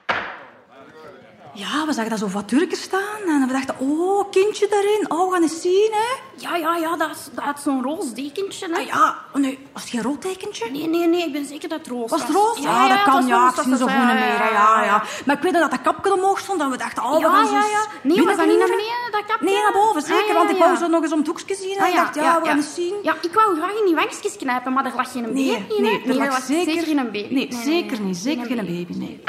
Ja, we zagen dat zo voiturken staan en we dachten, oh, kindje daarin. Oh, we gaan eens zien, hè. Ja, dat is zo'n roze dekentje, hè. Ah, ja, nee, was het geen rood tekentje? Nee, ik ben zeker dat het roze was. Was het roze? Ja, dat kan, ik zie zo goed meer, ja. Maar ik weet dat dat kapje omhoog stond en we dachten, we gaan zo... Nee, we gaan niet naar beneden, dat kapje. Nee, naar boven, zeker, want ik wou zo nog eens om het hoekje zien en ik dacht, we gaan eens zien. Ja, ik wou graag in die wangstjes knijpen, maar er lag geen baby in, hè. Nee, er lag zeker geen baby. Nee, zeker niet, zeker geen baby, nee.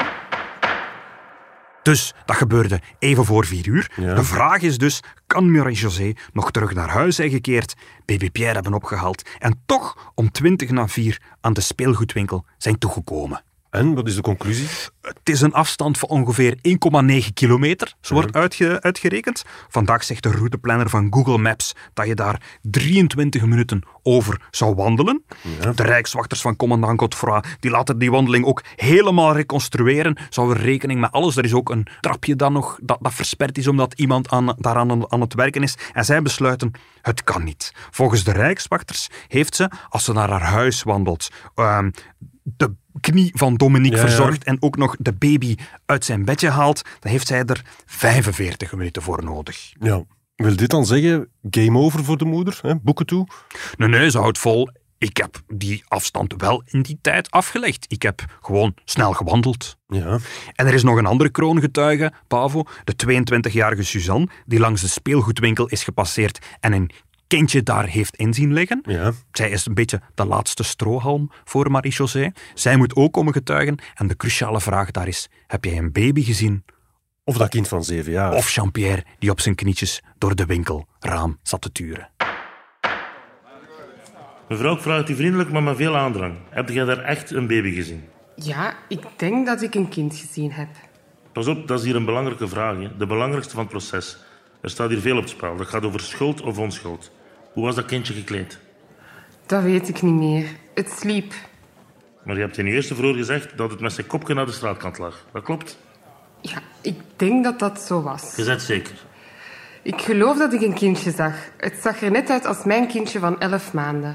Dus dat gebeurde even voor 4 uur. Ja. De vraag is dus, kan Marie-José nog terug naar huis zijn gekeerd, baby Pierre hebben opgehaald en toch om 4:20 aan de speelgoedwinkel zijn toegekomen? En, wat is de conclusie? Het is een afstand van ongeveer 1,9 kilometer, zo wordt uitgerekend. Vandaag zegt de routeplanner van Google Maps dat je daar 23 minuten over zou wandelen. Ja. De rijkswachters van commandant Godefroy die laten die wandeling ook helemaal reconstrueren. Ze houden rekening met alles. Er is ook een trapje dat nog dat versperd is omdat iemand daaraan aan het werken is. En zij besluiten, het kan niet. Volgens de rijkswachters heeft ze, als ze naar haar huis wandelt, de knie van Dominique verzorgt en ook nog de baby uit zijn bedje haalt, dan heeft zij er 45 minuten voor nodig. Ja. Wil dit dan zeggen, game over voor de moeder? Hè? Boeken toe? Nee, ze houdt vol. Ik heb die afstand wel in die tijd afgelegd. Ik heb gewoon snel gewandeld. Ja. En er is nog een andere kroongetuige, Pavo, de 22-jarige Suzanne, die langs de speelgoedwinkel is gepasseerd en een kindje daar heeft in zien liggen. Ja. Zij is een beetje de laatste strohalm voor Marie-José. Zij moet ook komen getuigen. En de cruciale vraag daar is, heb jij een baby gezien? Of dat kind van 7 jaar. Of Jean-Pierre, die op zijn knietjes door de winkelraam zat te turen. Mevrouw, ik vraag het u vriendelijk, maar met veel aandrang. Heb jij daar echt een baby gezien? Ja, ik denk dat ik een kind gezien heb. Pas op, dat is hier een belangrijke vraag. Hè? De belangrijkste van het proces. Er staat hier veel op het spel. Dat gaat over schuld of onschuld. Hoe was dat kindje gekleed? Dat weet ik niet meer. Het sliep. Maar je hebt in je eerste verhoor gezegd dat het met zijn kopje naar de straatkant lag. Dat klopt? Ja, ik denk dat dat zo was. Je bent zeker? Ik geloof dat ik een kindje zag. Het zag er net uit als mijn kindje van 11 maanden.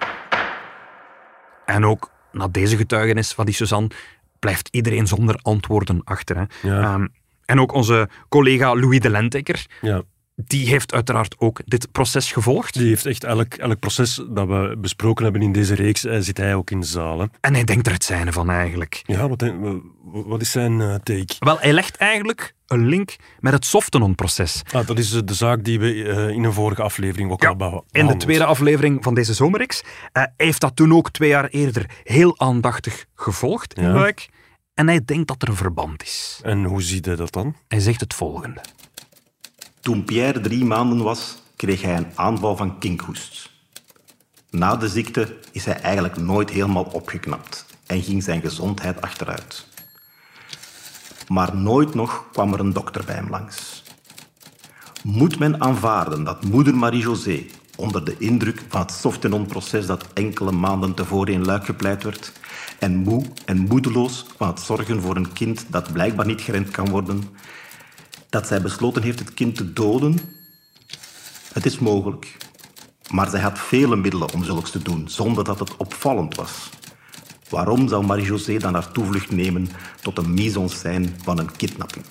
En ook na deze getuigenis van die Suzanne blijft iedereen zonder antwoorden achter. Hè? Ja. En ook onze collega Louis de Lentekker, Ja. die heeft uiteraard ook dit proces gevolgd. Die heeft echt elk proces dat we besproken hebben in deze reeks, zit hij ook in de zaal. Hè? En hij denkt er het zijne van eigenlijk. Ja, wat is zijn take? Wel, hij legt eigenlijk een link met het Softenon-proces. Dat is de zaak die we in een vorige aflevering ook al behandeld. In de tweede aflevering van deze zomerreeks. Hij heeft dat toen ook 2 jaar eerder heel aandachtig gevolgd in Luik. En hij denkt dat er een verband is. En hoe ziet hij dat dan? Hij zegt het volgende. Toen Pierre 3 maanden was, kreeg hij een aanval van kinkhoest. Na de ziekte is hij eigenlijk nooit helemaal opgeknapt en ging zijn gezondheid achteruit. Maar nooit nog kwam er een dokter bij hem langs. Moet men aanvaarden dat moeder Marie-José onder de indruk van het Softenon-proces dat enkele maanden tevoren in Luik gepleit werd en moe en moedeloos van het zorgen voor een kind dat blijkbaar niet geremd kan worden, dat zij besloten heeft het kind te doden? Het is mogelijk. Maar zij had vele middelen om zulks te doen, zonder dat het opvallend was. Waarom zou Marie-José dan haar toevlucht nemen tot een mise-en-scène van een kidnapping?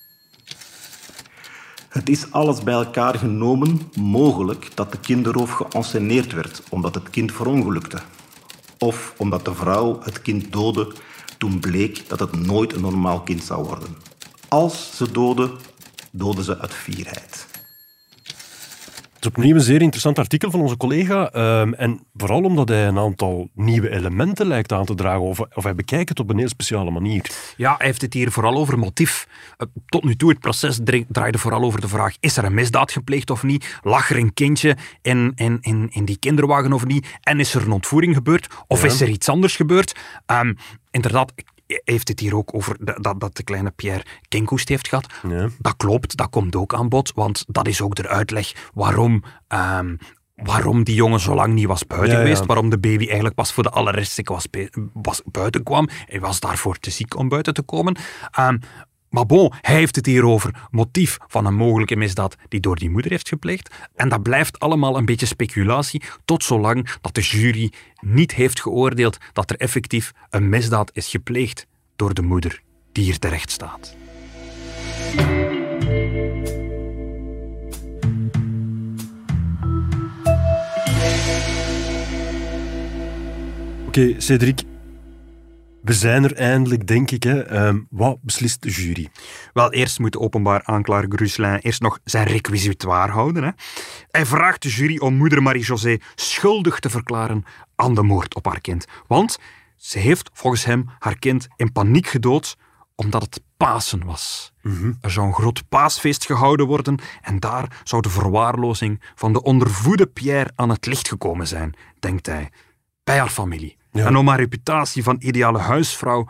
Het is alles bij elkaar genomen mogelijk dat de kinderroof geënsceneerd werd omdat het kind verongelukte. Of omdat de vrouw het kind doodde toen bleek dat het nooit een normaal kind zou worden. Als ze doden ze uit fierheid. Het is opnieuw een zeer interessant artikel van onze collega. En vooral omdat hij een aantal nieuwe elementen lijkt aan te dragen. Of hij bekijkt het op een heel speciale manier. Ja, hij heeft het hier vooral over motief. Tot nu toe, het proces draaide vooral over de vraag, is er een misdaad gepleegd of niet? Lag er een kindje in die kinderwagen of niet? En is er een ontvoering gebeurd? Of is er iets anders gebeurd? Inderdaad, heeft het hier ook over dat de kleine Pierre kinkhoest heeft gehad. Ja. Dat klopt, dat komt ook aan bod, want dat is ook de uitleg waarom die jongen zo lang niet was buiten geweest, waarom de baby eigenlijk pas voor de allereerste was buiten kwam. Hij was daarvoor te ziek om buiten te komen. Maar bon, hij heeft het hier over motief van een mogelijke misdaad die door die moeder heeft gepleegd. En dat blijft allemaal een beetje speculatie, tot zolang dat de jury niet heeft geoordeeld dat er effectief een misdaad is gepleegd door de moeder die hier terecht staat. Oké, Cédric. We zijn er eindelijk, denk ik. Hè. Wat beslist de jury? Wel, eerst moet de openbaar aanklager Gruslin eerst nog zijn requisitoire houden. Hè. Hij vraagt de jury om moeder Marie-José schuldig te verklaren aan de moord op haar kind. Want ze heeft volgens hem haar kind in paniek gedood omdat het Pasen was. Mm-hmm. Er zou een groot paasfeest gehouden worden en daar zou de verwaarlozing van de ondervoede Pierre aan het licht gekomen zijn, denkt hij, bij haar familie. Ja. En om haar reputatie van ideale huisvrouw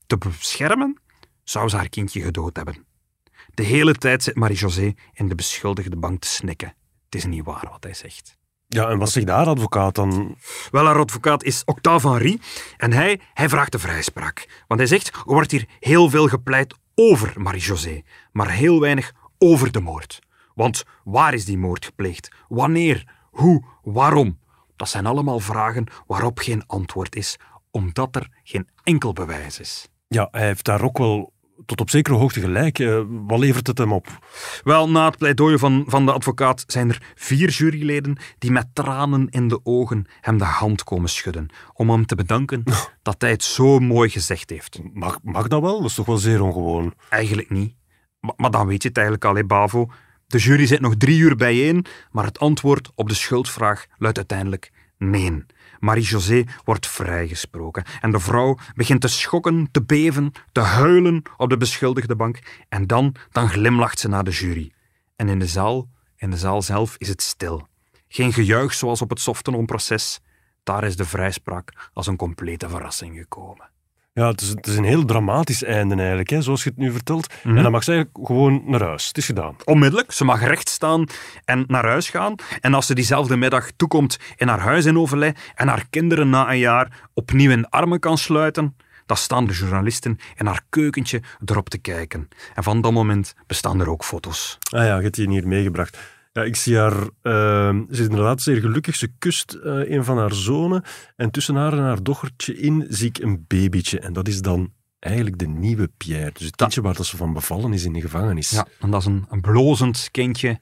te beschermen, zou ze haar kindje gedood hebben. De hele tijd zit Marie-José in de beschuldigde bank te snikken. Het is niet waar wat hij zegt. Ja, en wat zegt haar advocaat dan? Wel, haar advocaat is Octave Henry en hij vraagt de vrijspraak. Want hij zegt, er wordt hier heel veel gepleit over Marie-José, maar heel weinig over de moord. Want waar is die moord gepleegd? Wanneer? Hoe? Waarom? Dat zijn allemaal vragen waarop geen antwoord is, omdat er geen enkel bewijs is. Ja, hij heeft daar ook wel tot op zekere hoogte gelijk. Wat levert het hem op? Wel, na het pleidooi van de advocaat zijn er 4 juryleden die met tranen in de ogen hem de hand komen schudden, om hem te bedanken dat hij het zo mooi gezegd heeft. Mag dat wel? Dat is toch wel zeer ongewoon? Eigenlijk niet. Maar dan weet je het eigenlijk al, hè, Bavo. De jury zit nog 3 uur bijeen, maar het antwoord op de schuldvraag luidt uiteindelijk nee. Marie-José wordt vrijgesproken en de vrouw begint te schokken, te beven, te huilen op de beschuldigde bank en dan glimlacht ze naar de jury. En in de zaal zelf is het stil. Geen gejuich zoals op het Softenon-proces. Daar is de vrijspraak als een complete verrassing gekomen. Ja, het is een heel dramatisch einde eigenlijk, hè, zoals je het nu vertelt. En dan mag ze eigenlijk gewoon naar huis. Het is gedaan. Onmiddellijk. Ze mag recht staan en naar huis gaan. En als ze diezelfde middag toekomt in haar huis in Overlay en haar kinderen na een jaar opnieuw in armen kan sluiten, dan staan de journalisten in haar keukentje erop te kijken. En van dat moment bestaan er ook foto's. Ah ja, je hebt die hier meegebracht. Ja, ik zie haar, ze is inderdaad zeer gelukkig. Ze kust een van haar zonen en tussen haar en haar dochtertje in zie ik een babytje. En dat is dan eigenlijk de nieuwe Pierre. Dus het kindje waar dat ze van bevallen is in de gevangenis. Ja, en dat is een blozend kindje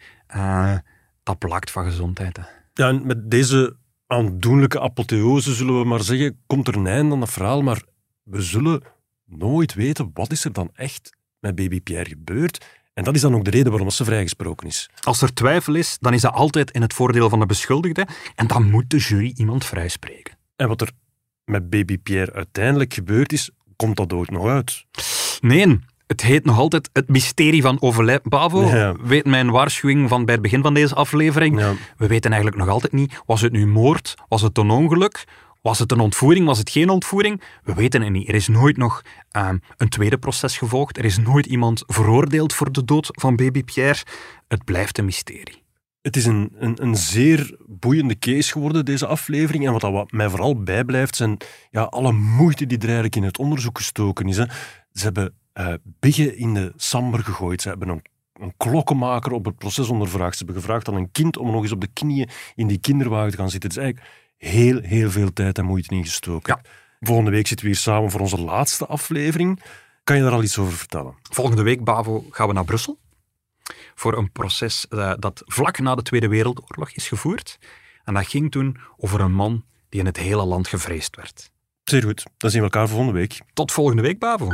dat plakt van gezondheid. Hè. Ja, en met deze aandoenlijke apotheose, zullen we maar zeggen, komt er een einde aan het verhaal, maar we zullen nooit weten wat is er dan echt met baby Pierre gebeurd. En dat is dan ook de reden waarom ze vrijgesproken is. Als er twijfel is, dan is dat altijd in het voordeel van de beschuldigde en dan moet de jury iemand vrijspreken. En wat er met baby Pierre uiteindelijk gebeurd is, komt dat ooit nog uit? Nee, het heet nog altijd het mysterie van Overlay. Bavo, weet mijn waarschuwing van bij het begin van deze aflevering. Ja. We weten eigenlijk nog altijd niet, was het nu moord? Was het een ongeluk? Was het een ontvoering? Was het geen ontvoering? We weten het niet. Er is nooit nog een tweede proces gevolgd. Er is nooit iemand veroordeeld voor de dood van baby Pierre. Het blijft een mysterie. Het is een zeer boeiende case geworden, deze aflevering. En wat mij vooral bijblijft, zijn alle moeite die er eigenlijk in het onderzoek gestoken is. Hè. Ze hebben biggen in de samber gegooid. Ze hebben een klokkenmaker op het proces ondervraagd. Ze hebben gevraagd aan een kind om nog eens op de knieën in die kinderwagen te gaan zitten. Het is eigenlijk heel veel tijd en moeite ingestoken. Ja. Volgende week zitten we hier samen voor onze laatste aflevering. Kan je daar al iets over vertellen? Volgende week, Bavo, gaan we naar Brussel. Voor een proces dat vlak na de Tweede Wereldoorlog is gevoerd. En dat ging toen over een man die in het hele land gevreesd werd. Zeer goed. Dan zien we elkaar volgende week. Tot volgende week, Bavo.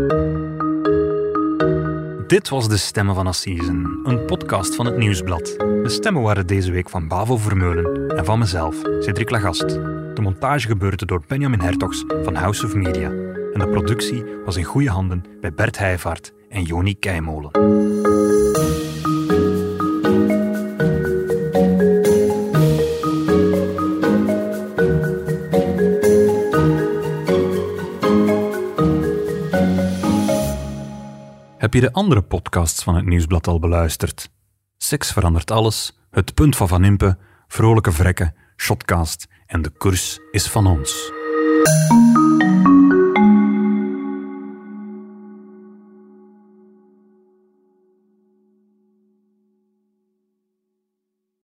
Dit was De Stemmen van Assisen, een podcast van het Nieuwsblad. De stemmen waren deze week van Bavo Vermeulen en van mezelf, Cedric Lagast. De montage gebeurde door Benjamin Hertogs van House of Media. En de productie was in goede handen bij Bert Heijvaart en Joni Keimolen. Heb je de andere podcasts van het Nieuwsblad al beluisterd? Seks verandert alles, Het Punt van Van Impe, Vrolijke Vrekken, Shotcast en De Koers is van ons.